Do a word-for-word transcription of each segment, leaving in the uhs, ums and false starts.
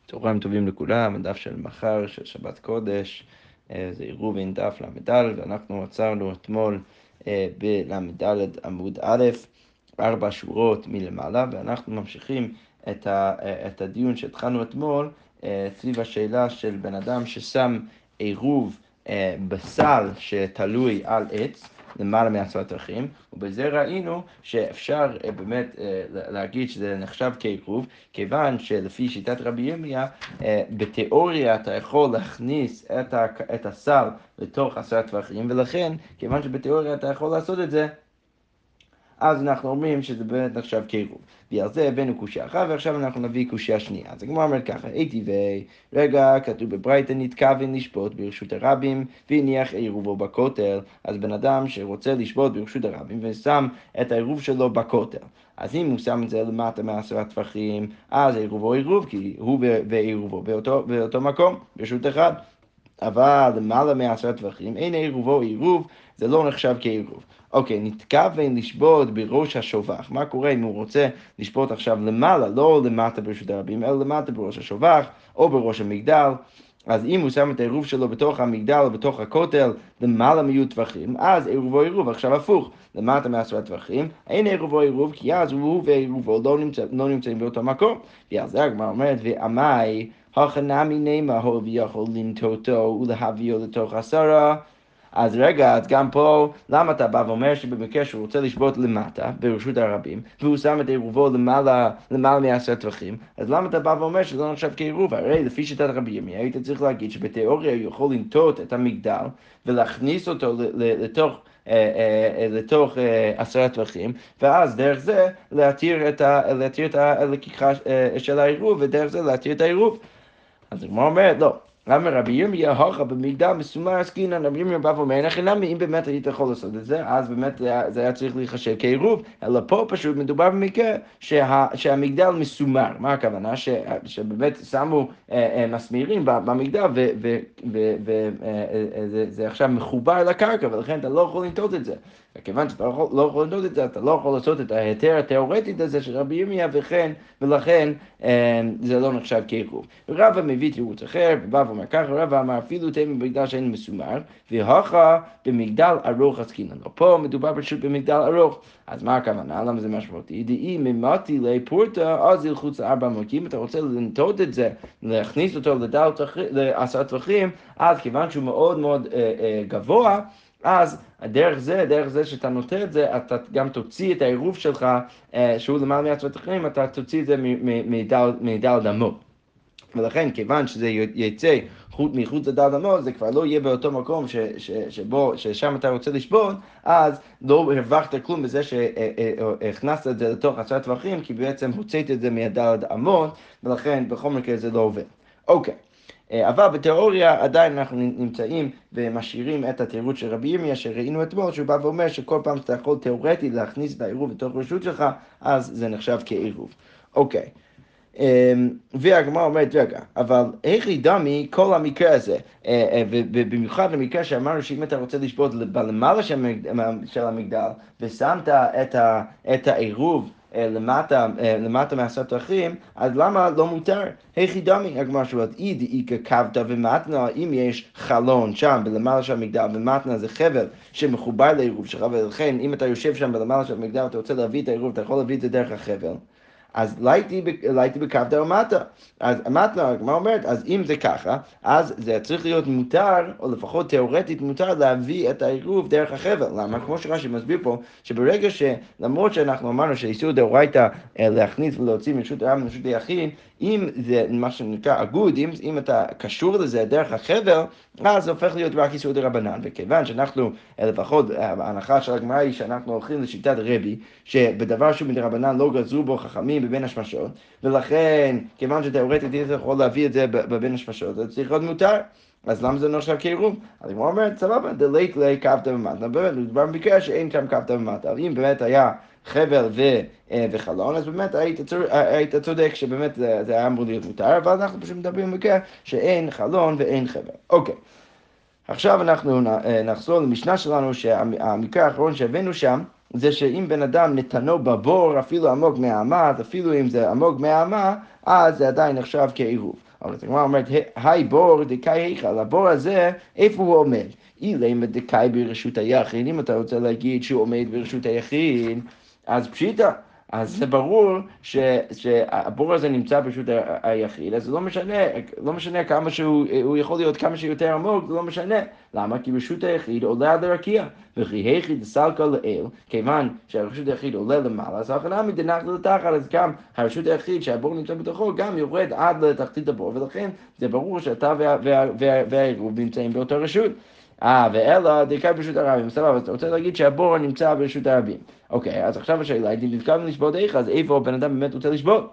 צהריים טובים לכולם, הדף של מחר, של שבת קודש, זה עירובין דף למדל, ואנחנו עצרנו אתמול בלמדל עמוד א', ארבע שורות מלמעלה, ואנחנו ממשיכים את, ה, את הדיון שהתחלנו אתמול, סביב השאלה של בן אדם ששם עירוב בסל שתלוי על עץ, למעלה מעשרת דרכים, ובזה ראינו שאפשר באמת להגיד שזה נחשב כעירוב, כיוון שלפי שיטת רבי ירמיה, בתיאוריה אתה יכול להכניס את, ה, את הסל לתוך עשרת דרכים, ולכן, כיוון שבתיאוריה אתה יכול לעשות את זה, אז אנחנו אומרים שזה באמת נחשב כעירוב. ועל זה הבאנו קושיה אחת, ועכשיו אנחנו נביא קושיה שנייה. אז הגמרא אומרת ככה, הייתי ורגע, כתוב בברייתא נתכוון לשפוט ברשות הרבים, והניח עירובו בכותל. אז בן אדם שרוצה לשפוט ברשות הרבים, ושם את העירוב שלו בכותל. אז אם הוא שם את זה למטה מעשרת טפחים, אז עירובו עירוב, כי הוא ועירובו באותו, באותו מקום, ברשות אחד. אבל למעלה מעשרת טפחים, אין עירובו עירוב, זה לא נחשב כעירוב. אוקיי, נתכוון לשפוט בראש השובח. מה קורה אם הוא רוצה לשפוט עכשיו למעלה, לא למטה ברשות הרבים, אלא למטה בראש השובח או בראש המגדל? אז אם הוא שם את העירוב שלו בתוך המגדל או בתוך הכותל למעלה מיהיו טפחים, אז עירובו עירוב. עכשיו הפוך, למטה מעשרת טפחים, אין עירובו עירוב, כי אז הוא ועירובו לא, נמצא, לא נמצאים באותו מקום. ואז זה הגמרא אומרת, ועמי הכנמי נמה הוא ויכול לנטוטו ולהביאו לתוך עשרה. אז רגע, אז גם פה, למה אתה בא ואומר שבמקרה שהוא רוצה לשבות למטה, ברשות הרבים, והוא שם את עירובו למעלה, למעלה מעשרת טפחים, אז למה אתה בא ואומר שזה לא נחשב כעירוב? הרי לפי שיטת רבי ירמיה, היית צריך להגיד שבתיאוריה הוא יכול לנטות את המגדל, ולהכניס אותו לתוך, לתוך עשרת טפחים, ואז דרך זה להתיר את הלקיחה של העירוב, ודרך זה להתיר את העירוב. אז הגמרא אומרת, לא. למה רבי ירמיה הכה במגדל מסומר עסקינן? רבי ירמיה בא ואומר, לכן למה אם באמת היית יכול לעשות את זה, אז באמת זה היה צריך להיחשב כעירוב, אלא פה פשוט מדובר במקרה שה, שהמגדל מסומר. מה הכוונה? ש, שבאמת שמו אה, אה, מסמירים במגדל וזה עכשיו מחובר לקרקע, ולכן אתה לא יכול לנטות את זה. וכיוון שאתה לא יכול לנטות את זה, אתה לא יכול לעשות את ההיתר התיאורטית הזה של רבי ירמיה, וכן, ולכן אה, זה לא נחשב כעירוב. רבא מביא תירוץ אחר, ובא ואומר ככה, רבא אמר אפילו תימן במגדל שאין מסומר, והכה במגדל ארוך עסקינן. פה מדובר פשוט במגדל ארוך. אז מה הכוונה? למה זה משמעותי? דאי ממתי לפורטה, אז ילחוץ לארבע עמקים. אתה רוצה לנטות את זה, להכניס אותו לעשרת טפחים, אז כיוון שהוא מאוד מאוד אה, אה, גבוה, אז דרך זה, דרך זה שאתה נוטה את זה, אתה גם תוציא את העירוב שלך, אה, שהוא למעלה מעשרת טפחים, אתה תוציא את זה מדל דמו. ולכן, כיוון שזה יצא מחוץ לדל דמו, זה כבר לא יהיה באותו מקום ש, ש, שבו, ששם אתה רוצה לשבות, אז לא הרווחת כלום בזה שהכנסת את זה לתוך עשרת טפחים, כי בעצם הוצאת את זה מהדל דמו, ולכן בכל מקרה זה לא עובד. אוקיי. אבל בתיאוריה עדיין אנחנו נמצאים ומשאירים את התירוץ של רבי ירמיה שראינו אתמול, שהוא בא ואומר שכל פעם שאתה יכול תיאורטית להכניס את העירוב בתוך רשות שלך, אז זה נחשב כעירוב. אוקיי. והגמרא אומרת, רגע, אבל איך ידמי כל המקרה הזה, ובמיוחד המקרה שאמרנו שאם אתה רוצה לשבות בלמעלה של המגדל, ושמת את העירוב למטה, למטה מעשרת טפחים, אז למה לא מותר? איך ידמי? הגמרא שואלת, אידי איכא קבתא ומתנא, אם יש חלון שם בלמעלה של המגדל, ומתנא זה חבל שמחובר לעירוב שלך, ולכן אם אתה יושב שם בלמעלה של המגדל ואתה רוצה להביא את העירוב, אתה יכול להביא את זה דרך החבל. אז הייתי בקבתא ומטה. אז מתנא, מה אומרת? אז אם זה ככה, אז זה צריך להיות מותר, או לפחות תיאורטית מותר, להביא את העירוב דרך החבל. למה? כמו שרש"י מסביר פה, שברגע שלמרות שאנחנו אמרנו שאיסור דאורייתא להכניס ולהוציא מרשות הרבים לרשות היחיד, אם זה מה שנקרא אגוד, אם, אם אתה קשור לזה דרך החבל, אז זה הופך להיות רק איסור דרבנן. וכיוון שאנחנו, לפחות ההנחה של הגמרא היא שאנחנו הולכים לשיטת רבי, שבדבר שהוא מדרבנן לא גזרו בו חכמים בבין השמשות, ולכן, כיוון שתיאורטית אתה יכול להביא את זה בבין השמשות, זה צריך להיות מותר. אז למה זה לא נחשב כעירוב? אז הוא אומר, סבבה, דלית לי קבתא ומטה. באמת, מדובר במקרה שאין שם קבתא ומטה. אבל אם באמת היה חבל ו, וחלון, אז באמת היית, היית צודק שבאמת זה, זה היה אמור להיות מותר, אבל אנחנו פשוט מדברים במקרה שאין חלון ואין חבל. אוקיי. עכשיו אנחנו נחזור למשנה שלנו, שהמקרה האחרון שהבאנו שם, זה שאם בן אדם נתנו בבור אפילו עמוק מהאמה, אז אפילו אם זה עמוק מהאמה, אז זה עדיין נחשב כעירוב. אבל הגמרא אומרת, היי בור דקאי היכל, הבור הזה, איפה הוא עומד? אילמה דקאי ברשות היחיד, אם אתה רוצה להגיד שהוא עומד ברשות היחיד, אז פשיטה. אז זה ברור ש, שהבור הזה נמצא ברשות היחיד, אז זה לא משנה, לא משנה כמה שהוא, הוא יכול להיות כמה שיותר עמוק, זה לא משנה. למה? כי רשות היחיד עולה עד הרקיע, וכי היחיד סלקה לאל, כיוון שהרשות היחיד עולה למעלה, אז הכנה מדנחת לתחת, אז גם הרשות היחיד שהבור נמצא בתוכו, גם יורד עד לתחתית הבור, ולכן זה ברור שאתה והעירוב נמצאים באותה רשות. אה, ואלה דקאי ברשות הרבים, סבבה, אז אתה רוצה להגיד שהבור נמצא ברשות הרבים. אוקיי, אז עכשיו השאלה, אם נתכוון לשבות איך, אז איפה הבן אדם באמת רוצה לשבות?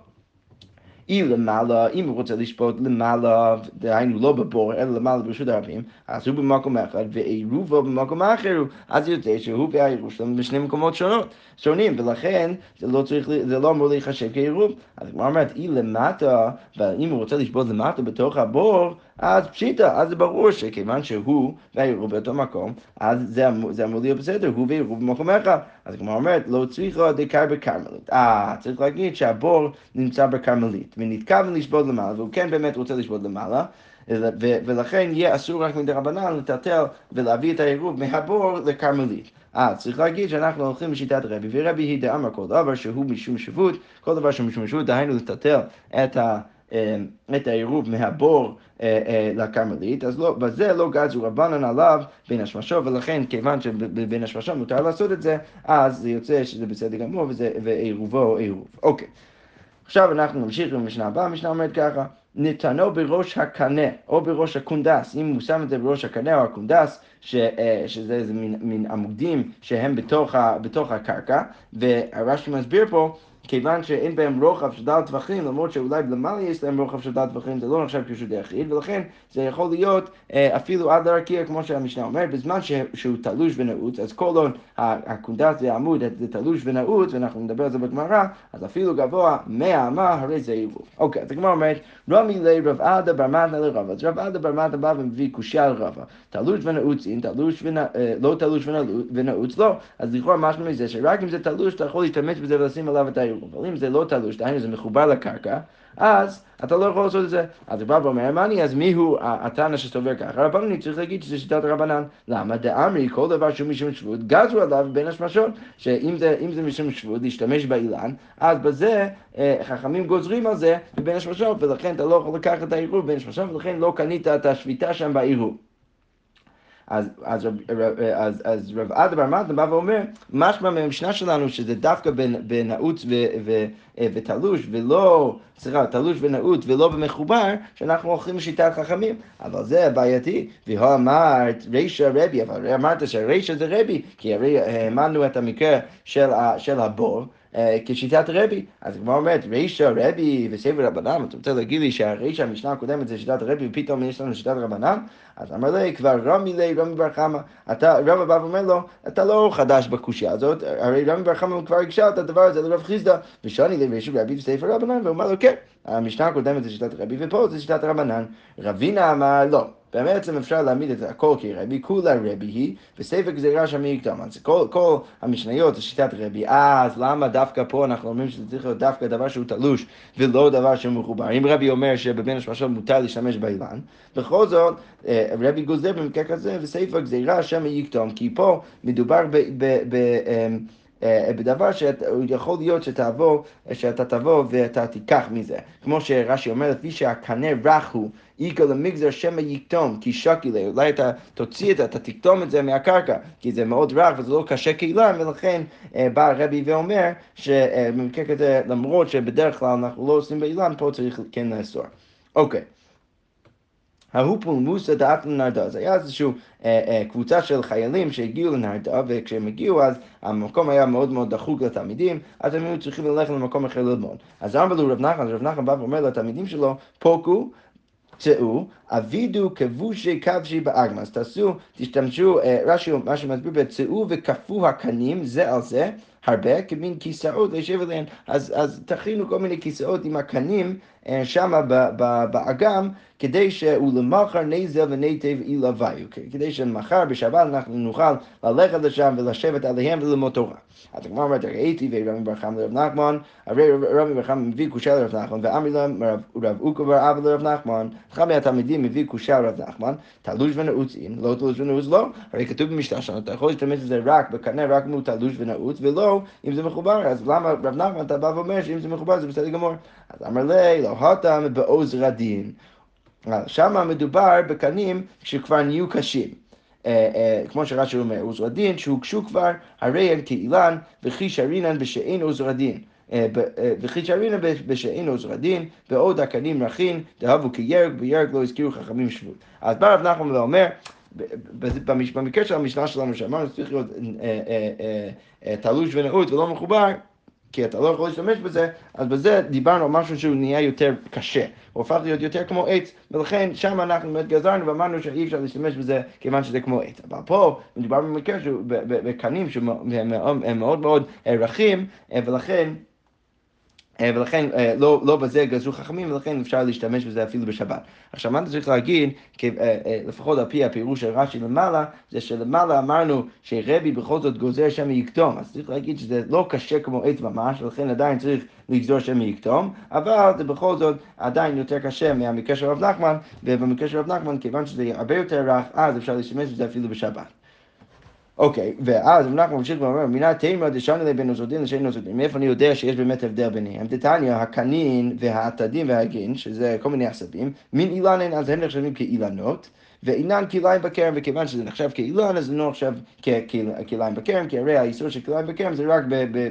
אם למעלה, אם הוא רוצה לשפוט למעלה, דהיינו לא בבור, אלא למעלה ברשות הרבים, אז הוא במקום אחד, ועירובו במקום אחר, אז יוצא שהוא והעירוב שלהם בשני מקומות שונות, שונים, ולכן זה לא צריך, זה לא אמור להיחשב כעירוב. אז הוא אומרת, אם למטה, ואם הוא רוצה לשפוט למטה בתוך הבור, אז פשיטה, אז זה ברור שכיוון שהוא והעירוב באותו מקום, אז זה, זה אמור להיות בסדר, הוא והעירוב במקום אחד. אז כמו אומרת, לא צריכה דקאי בכרמלית. אה, צריך להגיד שהבור נמצא בכרמלית, ונתכוון לשבות למעלה, והוא כן באמת רוצה לשבות למעלה, ו- ולכן יהיה אסור רק מדרבנן לטלטל ולהביא את העירוב מהבור לכרמלית. אה, צריך להגיד שאנחנו הולכים בשיטת רבי, ורבי היא דאמר כל דבר שהוא משום שבות, כל דבר שהוא משום שבות, דהיינו לטלטל את ה... את העירוב מהבור לכרמלית, אז לא, בזה לא גזרו רבנן עליו בין השמשות, ולכן כיוון שבין השמשות מותר לעשות את זה, אז זה יוצא שזה בסדר גמור, ועירובו עירוב. אוקיי. עכשיו אנחנו נמשיך במשנה הבאה, המשנה אומרת ככה, נתנו בראש הקנה או בראש הקונדס, אם הוא שם את זה בראש הקנה או הקונדס, ש, שזה איזה מין, מין עמודים שהם בתוך, ה, בתוך הקרקע, והרש"י מסביר פה, כיוון שאין בהם רוחב של דל טווחים, למרות שאולי למעלה יש להם רוחב של דל טווחים, זה לא נחשב כשרות היחיד, ולכן זה יכול להיות אפילו עד לרקיע, כמו שהמשנה אומרת, בזמן שהוא תלוש ונעוץ, אז כל עוד הקונדס והעמוד זה תלוש ונעוץ, ואנחנו נדבר על זה בגמרא, אז אפילו גבוה מהאמה, הרי זה עירוב. אוקיי, אז הגמרא אומרת, רמי לרב עדה בר מתנא לרבא, אז רב עדה בר מתנא בא ומביא קושיה על רבא, תלוש ונעוצין, תלוש לא תלוש ונעוץ, לא, אז לכאורה משמע מזה שרק אם זה תלוש, אתה יכול להשתמש בזה ולשים עליו את העירוב. אבל אם זה לא תלוש, דהיינו זה מחובר לקרקע, אז אתה לא יכול לעשות את זה. אז רבא אומר, מני, אז מי הוא התנא שסובר ככה? רבנן צריך להגיד שזה שיטת רבנן. למה? דאמרי, כל דבר שהוא משום שבות, גזרו עליו בין השמשות, שאם זה, אם זה משום שבות, להשתמש באילן, אז בזה חכמים גוזרים על זה בין השמשות, ולכן אתה לא יכול לקחת את העירוב בין השמשות, ולכן לא קנית את השביתה שם בעירוב. אז, אז, אז, אז רב עדה בר מתנא בא ואומר, משמע מהמשנה שלנו שזה דווקא בנעוץ ו, ו, ותלוש, ולא, סליחה, תלוש ונעוץ ולא במחובר, שאנחנו הולכים לשיטת חכמים, אבל זה בעייתי, והוא אמרת רישא רבי, אבל אמרת שהרישא זה רבי, כי הרי האמנו את המקרה של, של הבור, כשיטת רבי. אז כבר אומרת, רישא רבי וסבר רבנן, אתה רוצה להגיד לי שהרישא המשנה הקודמת זה שיטת רבי, ופתאום יש לנו שיטת רבנן? אז אמר לי, כבר רמי לי, רמי בר חמא, אתה, רבא בא ואומר לו, אתה לא חדש בקושיה הזאת, הרי רמי בר חמא כבר הקשה את הדבר הזה לרב חיסדא, ושאני לי רישא רבי וסבר רבנן, והוא אמר לו, כן, המשנה הקודמת זה שיטת רבי, ופה זה שיטת רבנן. רבינה אמר, לא. בעצם אפשר להעמיד את הכל כרבי, כולה רבי היא, וספר גזירה שם יקדם. אז כל, כל המשניות זה שיטת רבי, אז למה דווקא פה אנחנו אומרים שזה צריך להיות דווקא דבר שהוא תלוש, ולא דבר שהוא מחובר? אם רבי אומר שבבין השמשות מותר להשתמש באילן, בכל זאת, רבי גוזר במקרה כזה, וספר גזירה שם יקדם, כי פה מדובר ב... ב, ב בדבר שיכול להיות שתבוא, שאתה תבוא ואתה תיקח מזה. כמו שרש"י אומר, לפי שהקנה רך הוא, איכא למגזר שמא יקטום, כי שקי לה, אולי אתה תוציא את זה, אתה תקטום את זה מהקרקע, כי זה מאוד רך וזה לא קשה כאילן, ולכן בא הרבי ואומר, שבמקרה כזה, למרות שבדרך כלל אנחנו לא עושים באילן, פה צריך כן לאסור. אוקיי. ההוא פולמוסא דאתלו לנהרדע, אז היה איזושהי אה, אה, קבוצה של חיילים שהגיעו לנהרדע, וכשהם הגיעו אז המקום היה מאוד מאוד דחוק לתלמידים, אז הם היו צריכים ללכת למקום אחר ללמוד. אז אמר לו רב נחמן, רב נחמן בא ואומר לתלמידים שלו, פוקו, צאו, אבידו כבושי כבשי באגמא, אז תעשו, תשתמשו, רש"י מסביר בצאו וכפו הקנים זה על זה, הרבה, כמין כיסאות להישב עליהן, אז, אז תכינו כל מיני כיסאות עם הקנים שם באגם, כדי שהוא למחר נזל ונתב אילביו, כדי שמחר בשבת אנחנו נוכל ללכת לשם ולשבת עליהם וללמוד תורה. אז הגמרא אומרת, ראיתי ורבי בר חמא לרב נחמן, הרי רבי בר חמא מביא קושיה לרב נחמן, ואמר להם רב אוקא בר אבא לרב נחמן, אחד מהתלמידים מביא קושיה לרב נחמן, תלוש ונעוץ אין, לא תלוש ונעוץ לא, הרי כתוב במשנה שלנו, אתה יכול להשתמש בזה רק בקנה, רק אם הוא תלוש ונעוץ, ולא אם זה מחובר, אז למה רב נחמן אתה בא ואומר שאם זה מחובר זה בסדר גמור? אז אמר לי, לא הותם בעוז רדין. שם מדובר בקנים שכבר נהיו קשים. כמו שרש"י אומר, עוז רדין שהוגשו כבר, הרי הם כאילן, וכי שרינן בשאין עוז רדין. וכי שרינן בשאין עוז רדין, בעוד הקנים רכין, דהבו כירק, בירק לא הזכירו חכמים שבות. אז בא רב נחמן ואומר, במקרה של המשנה שלנו שאמרנו, צריך להיות תלוש ונעוץ ולא מחובר, כי אתה לא יכול להשתמש בזה, אז בזה דיברנו על משהו שהוא נהיה יותר קשה, הוא הופך להיות יותר כמו עץ, ולכן שם אנחנו באמת גזרנו ואמרנו שאי אפשר להשתמש בזה כיוון שזה כמו עץ. אבל פה מדובר במקרה בקנים שהם מאוד מאוד רכים, ולכן ולכן לא, לא בזה גזרו חכמים, ולכן אפשר להשתמש בזה אפילו בשבת. עכשיו, מה אתה צריך להגיד, לפחות על פי הפירוש של רש"י למעלה, זה שלמעלה אמרנו שרבי בכל זאת גוזר שם יקטום, אז צריך להגיד שזה לא קשה כמו עץ ממש, ולכן עדיין צריך לגזור שם יקטום, אבל זה בכל זאת עדיין יותר קשה מהמקרה של רב נחמן, ובמקרה של רב נחמן, כיוון שזה הרבה יותר רך, אז אפשר להשתמש בזה אפילו בשבת. אוקיי, ואז אנחנו ממשיך ואומר, מינה תימא דשני לבין עוזרדין לשני עוזרדין, מאיפה אני יודע שיש באמת הבדל ביניהם? דתניא, הקנין והעתדים והגין, שזה כל מיני עשבים, מין אילנן, אז הם נחשבים כאילנות, ואינן כליים בכרם, וכיוון שזה נחשב כאילן, אז זה לא נחשב כליים בכרם, כי הרי האיסור של כליים בכרם זה רק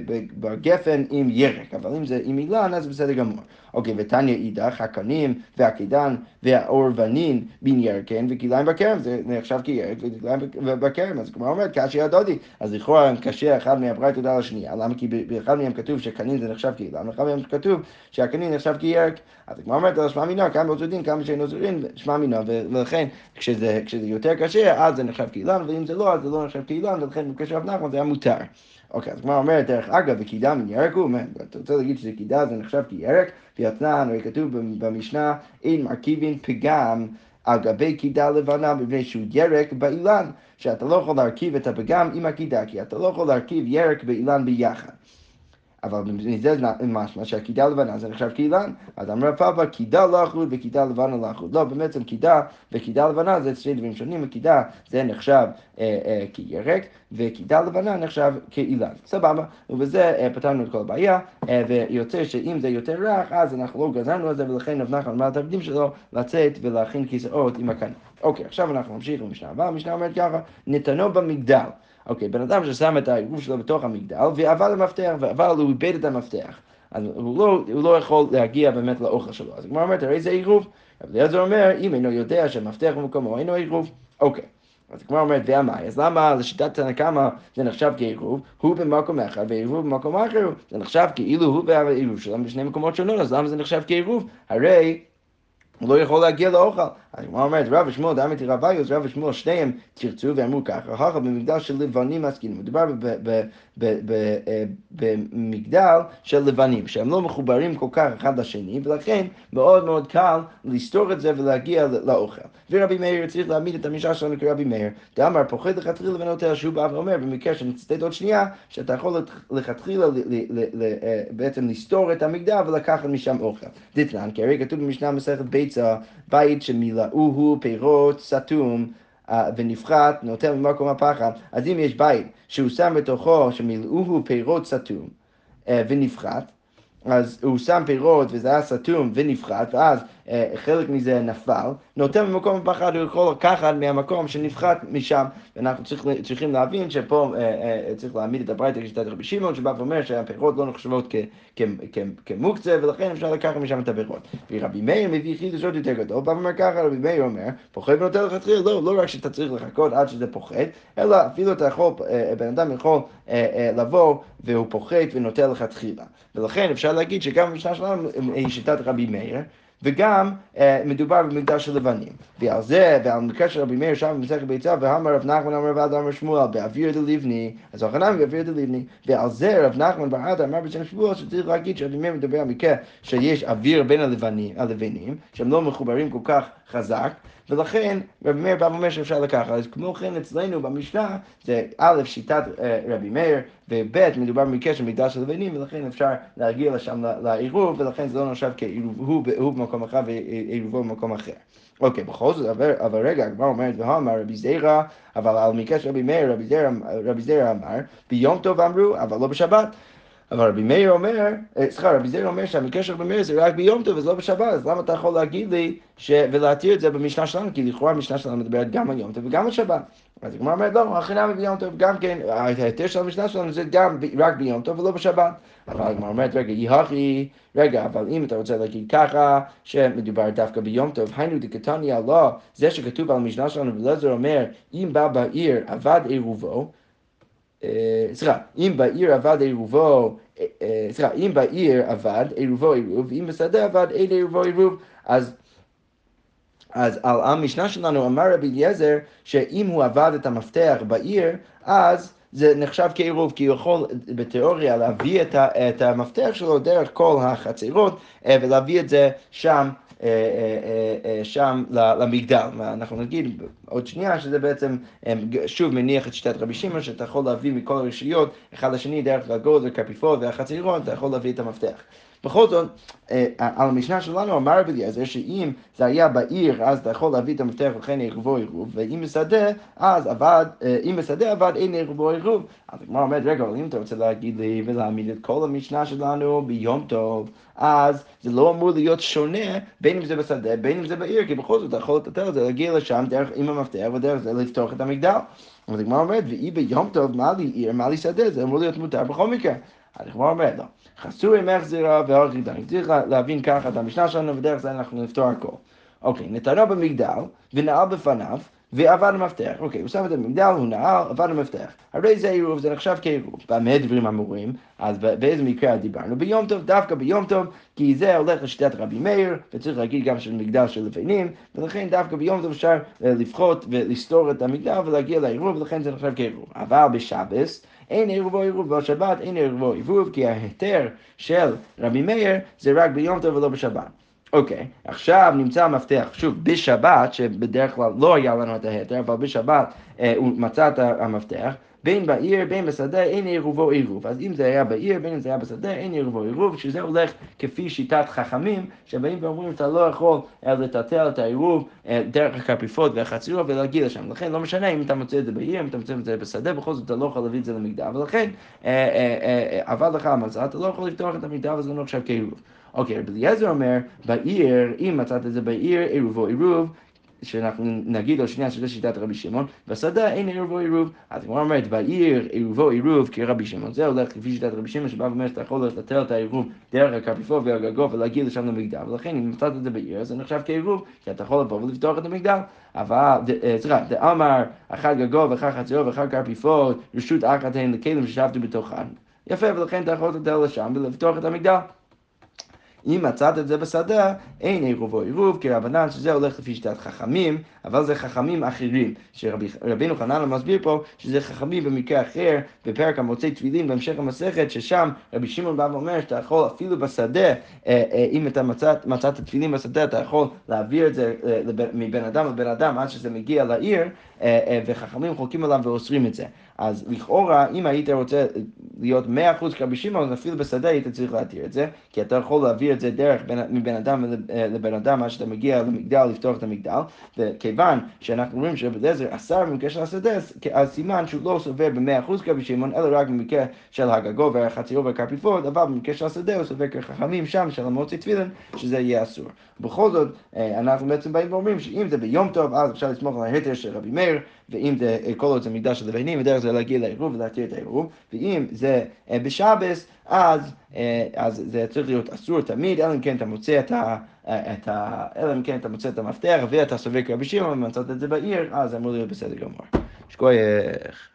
בגפן עם ירק, אבל אם זה עם אילן, אז בסדר גמור. אוקיי, ותניא אידך, הקנים והקידן והאורבנין בין ירקן וכליים בכרם, זה נחשב כירק וכליים בכרם, אז כמו אומרת, קשי הדודי, אז לכאורה הם קשי אחד מהברייתא על השנייה, למה? כי באחד מהם כתוב שקנין זה נחשב כאילן, באחד מהם כתוב שהקנין נחשב כירק, אז כמו אומרת, על שמע מינה, כמה בעוזרדין, כמה שאין עוזרין, שמע מינה, ולכן כשזה, כשזה יותר קשה, אז זה נחשב כאילן, ואם זה לא, אז זה לא נחשב כאילן, ולכן בקשר רב נחמן זה היה מותר. אוקיי, אז כמו אומרת, דרך אגב, וקידה מן ירק הוא, אתה רוצה להגיד שזה קידה, זה נחשב כירק, ויתנן, הרי כתוב במשנה, אין מרכיבין פגם על גבי קידה לבנה, מפני שהוא ירק באילן, שאתה לא יכול להרכיב את הפגם עם הקידה, כי אתה לא יכול להרכיב ירק באילן ביחד. אבל מזה משמע שהקידה לבנה זה נחשב כאילן, אז אמרה פאפה, קידה לחוד וקידה לבנה לחוד. לא, בעצם קידה וקידה לבנה זה שני דברים שונים, הקידה זה נחשב אה, אה, כירק, וקידה לבנה נחשב כאילן. סבבה, ובזה אה, פתרנו את כל הבעיה, אה, ויוצא שאם זה יותר רך, אז אנחנו לא גזרנו על זה, ולכן נבנה כאן מה התלמידים שלו לצאת ולהכין כיסאות עם הקנה. אוקיי, עכשיו אנחנו נמשיך למשנה הבאה, המשנה אומרת ככה, נתנו במגדל. אוקיי, בן אדם ששם את העירוב שלו בתוך המגדל, ועבר למפתח, אבל הוא איבד את המפתח. אז הוא לא, הוא לא יכול להגיע באמת לאוכל שלו. אז כמו אומרת, הרי זה עירוב. אבל אליעזר אומר, אם אינו יודע שהמפתח במקומו אינו עירוב, אוקיי. אז כמו אומרת, והמאי, אז למה לשיטת תנא קמא זה נחשב כעירוב? הוא במקום אחד ועירוב במקום אחר, זה נחשב כאילו הוא והעירוב שלו בשני מקומות שונות, אז למה זה נחשב כעירוב? הרי הוא לא יכול להגיע לאוכל. אז הוא אומרת, רב ושמואל, דאמר לי רב אביהו, רב ושמואל, שניהם תרצו ואמרו ככה, הכא במגדל של לבנים מסכינים. מדובר במגדל של לבנים, שהם לא מחוברים כל כך אחד לשני, ולכן מאוד מאוד קל לסתור את זה ולהגיע לאוכל. ורבי מאיר צריך להעמיד את המשנה שלנו כרבי מאיר, דאמר פוחד לכתחילה ונוטל, שהוא בא ואומר, במקרה שנצטט עוד שנייה, שאתה יכול לכתחילה בעצם לסתור את המגדל ולקחת משם אוכל. דתנן, כי הרי כתוב במשנה מסכת ביצה, בית שמילאוהו פירות סתום ונפחת, נוטל ממקום הפחד. אז אם יש בית שהוא שם בתוכו שמילאוהו פירות סתום ונפחת, אז הוא שם פירות וזה היה סתום ונפחת, ואז אה, חלק מזה נפל, נותן במקום הפחד, הוא יכול לקחת מהמקום שנפחת משם, ואנחנו צריך, צריכים להבין שפה אה, אה, צריך להעמיד את הברייתא כשיטת רבי שמעון, שבא ואומר שהפירות לא נחשבות כ, כ, כ, כמוקצה, ולכן אפשר לקחת משם את הפירות. ורבי מאיר מביא חידוש עוד יותר גדול, בא ואומר ככה, רבי מאיר אומר, פוחד ונוטל לכתחילה, לא, לא רק שאתה צריך לחכות עד שזה פוחד, אלא אפילו אתה יכול, אה, בן אדם יכול אה, אה, לבוא והוא פוחד ונוטל לכתחילה. ולכן אפשר להגיד שגם במשנה שלנו היא שיטת רבי מאיר, וגם אה, מדובר במקדש של לבנים. ועל זה, ועל מקרה של רבי מאיר שם במסכת ביצה, והאמר רב נחמן אמר ועד אמר שמואל, באוויר דלבני, אז הכנם באוויר דלבני, ועל זה רב נחמן בעד אמר בשם שמואל, שצריך להגיד שרבי מאיר מדבר על מקרה שיש אוויר בין הלבנים, הלבנים, שהם לא מחוברים כל כך חזק, ולכן רבי מאיר בא ואומר שאפשר לקחת. אז כמו כן אצלנו במשנה, זה א' שיטת אה, רבי מאיר, וב' מדובר במקרה של מקדש של לבנים, ולכן אפשר להגיע לשם לעירוב, ולכן זה לא נחשב כעירוב, הוא, הוא במקום אחד ועירובו במקום אחר. אוקיי, בכל זאת, אבל, אבל רגע, הגמרא אומרת, ואמר רבי זירא, אבל על מקרה של רבי מאיר, רבי זירא, רבי זירא אמר, ביום טוב אמרו, אבל לא בשבת. אבל רבי מאיר אומר, סליחה, רבי זירא אומר שהמקרה של רבי מאיר זה רק ביום טוב, אז לא בשבת, אז למה אתה יכול להגיד לי ש... ולהתיר את זה במשנה שלנו? כי לכאורה המשנה שלנו מדברת גם על יום טוב וגם על שבת. אז הגמרא אומרת, לא, הכי ביום טוב גם כן, ההיתר של המשנה שלנו זה גם רק ביום טוב ולא בשבת. אבל הגמרא אומרת, רגע, יהכי, רגע, אבל אם אתה רוצה להגיד ככה, שמדובר דווקא ביום טוב, היינו דקתניא לא, זה שכתוב על המשנה שלנו, ולעזר אומר, אם בא בעיר עבד עירובו, סליחה, אם בעיר עבד עירובו, סליחה, אם בעיר עבד עירובו עירוב, ואם בשדה עבד אין עירובו עירוב, אז אז על המשנה שלנו אמר רבי אליעזר שאם הוא עבד את המפתח בעיר, אז זה נחשב כעירוב, כי הוא יכול בתיאוריה להביא את, ה, את המפתח שלו דרך כל החצרות ולהביא את זה שם, שם למגדל. אנחנו נגיד עוד שנייה שזה בעצם שוב מניח את שיטת רבי שמעון, שאתה יכול להביא מכל הרשויות אחד לשני דרך הגודל, הקפיפות והחצרות, אתה יכול להביא את המפתח. בכל זאת, על המשנה שלנו אמר רבי אליעזר שאם זה היה בעיר, אז אתה יכול להביא את המפתח וכן עירובו עירוב, ואם בשדה, אז עבד, אם בשדה עבד אין עירובו עירוב. אז הגמרא אומרת, רגע, אבל אם אתה רוצה להגיד לי ולהעמיד את כל המשנה שלנו ביום טוב, אז זה לא אמור להיות שונה בין אם זה בשדה, בין אם זה בעיר, כי בכל זאת אתה יכול לתת את זה, להגיע לשם דרך עם המפתח ודרך זה לפתוח את המגדל. אז הגמרא אומרת, ואי ביום טוב, מה לי עיר, מה לי שדה, זה אמור להיות מותר בכל מקרה. אז הגמרא אומרת, לא. חסוי מחזירה והאריך דן. צריך להבין ככה את המשנה שלנו, ודרך זה אנחנו נפתור הכל. אוקיי, נתנו במגדל, ונעל בפניו, ועבד המפתח. אוקיי, הוא שם את המגדל, הוא נעל, עבד המפתח. הרי זה עירוב, זה נחשב כעירוב. במה דברים אמורים? אז באיזה מקרה דיברנו? ביום טוב, דווקא ביום טוב, כי זה הולך לשיטת רבי מאיר, וצריך להגיד גם של מגדל של לבנים, ולכן דווקא ביום טוב אפשר לפחות ולסתור את המגדל ולהגיע לעירוב, ולכן זה נחשב כעירוב. אבל בשבס, אין עירובו עירוב, בשבת אין עירובו עירוב, כי ההיתר של רבי מאיר זה רק ביום טוב ולא בשבת. אוקיי, עכשיו נמצא המפתח, שוב, בשבת, שבדרך כלל לא היה לנו את ההיתר, אבל בשבת אה, הוא מצא את המפתח, בין בעיר, בין בשדה, אין עירובו עירוב. אז אם זה היה בעיר, בין אם זה היה בשדה, אין עירובו עירוב, שזה הולך כפי שיטת חכמים, שבאים ואומרים, אתה לא יכול לטלטל את העירוב דרך הקפיפות והחצרות ולהגיע לשם. לכן לא משנה אם אתה מוצא את זה בעיר, אם אתה מוצא את זה בשדה, בכל זאת אתה לא יכול להביא את זה למגדל, ולכן עבד לך המזל, אתה לא יכול לפתוח את המגדל, וזה לא נחשב כעירוב. אוקיי, רבי אליעזר אומר, בעיר, אם מצאת את זה בעיר, עירובו עירוב, שאנחנו נגיד עוד שנייה שזה שיטת רבי שמעון, בשדה אין עירובו עירוב. אז הגמרא אומרת, בעיר עירובו עירוב כרבי שמעון. זה הולך לפי שיטת רבי שמעון, שבא ואומר שאתה יכול לטלטל את העירוב דרך הקפיפות והגגות ולהגיע לשם למגדל, ולכן אם מצאת את זה בעיר, זה נחשב כעירוב, כי אתה יכול לבוא ולפתוח את המגדל. אבל, סליחה, דאמר, אחד גגות ואחד חצרות ואחד קפיפות, רשות אחת הן לכלים ששבתו בתוכן. יפה, ולכן אתה יכול לטלטל לשם ולפתוח את המגדל. אם מצאת את זה בשדה, אין עירובו עירוב, כי רבנן שזה הולך לפי שיטת חכמים, אבל זה חכמים אחרים, שרבינו חנן מסביר פה, שזה חכמים במקרה אחר, בפרק המוצאי תפילין, בהמשך המסכת, ששם רבי שמעון בא ואומר, שאתה יכול אפילו בשדה, אם אתה מצאת, מצאת תפילין בשדה, אתה יכול להעביר את זה מבן אדם לבן אדם, עד שזה מגיע לעיר, וחכמים חולקים עליו ואוסרים את זה. אז לכאורה, אם היית רוצה להיות מאה אחוז כרבי שמעון, אפילו בשדה היית צריך להתיר את זה, כי אתה יכול להעביר את זה דרך מבן אדם לבן אדם, עד שאתה מגיע למגדל, לפתוח את המגדל, וכיוון שאנחנו רואים שרבי אליעזר אסר במקרה של השדה, אז סימן שהוא לא סובר ב-מאה אחוז כרבי שמעון, אלא רק במקרה של הגגות והחצרות והקפיפות, אבל במקרה של השדה הוא סובר כחכמים שם, של המוצאי תפילין, שזה יהיה אסור. בכל זאת, אנחנו בעצם באים ואומרים שאם זה ביום טוב, אז אפשר לסמוך על ההיתר של רבי מאיר, ואם זה כל עוד זה מקדש של לבנים, ודרך זה להגיע לעירוב ולהתיר את העירוב, ואם זה בשבס, אז, אז זה צריך להיות אסור תמיד, אלא אם כן אתה מוצא את ה... את ה... אלא אם כן אתה מוצא את המפתח, ואתה סובר כרבי שמעון, ומצאת את זה בעיר, אז זה אמור להיות בסדר גמור. שכוייך.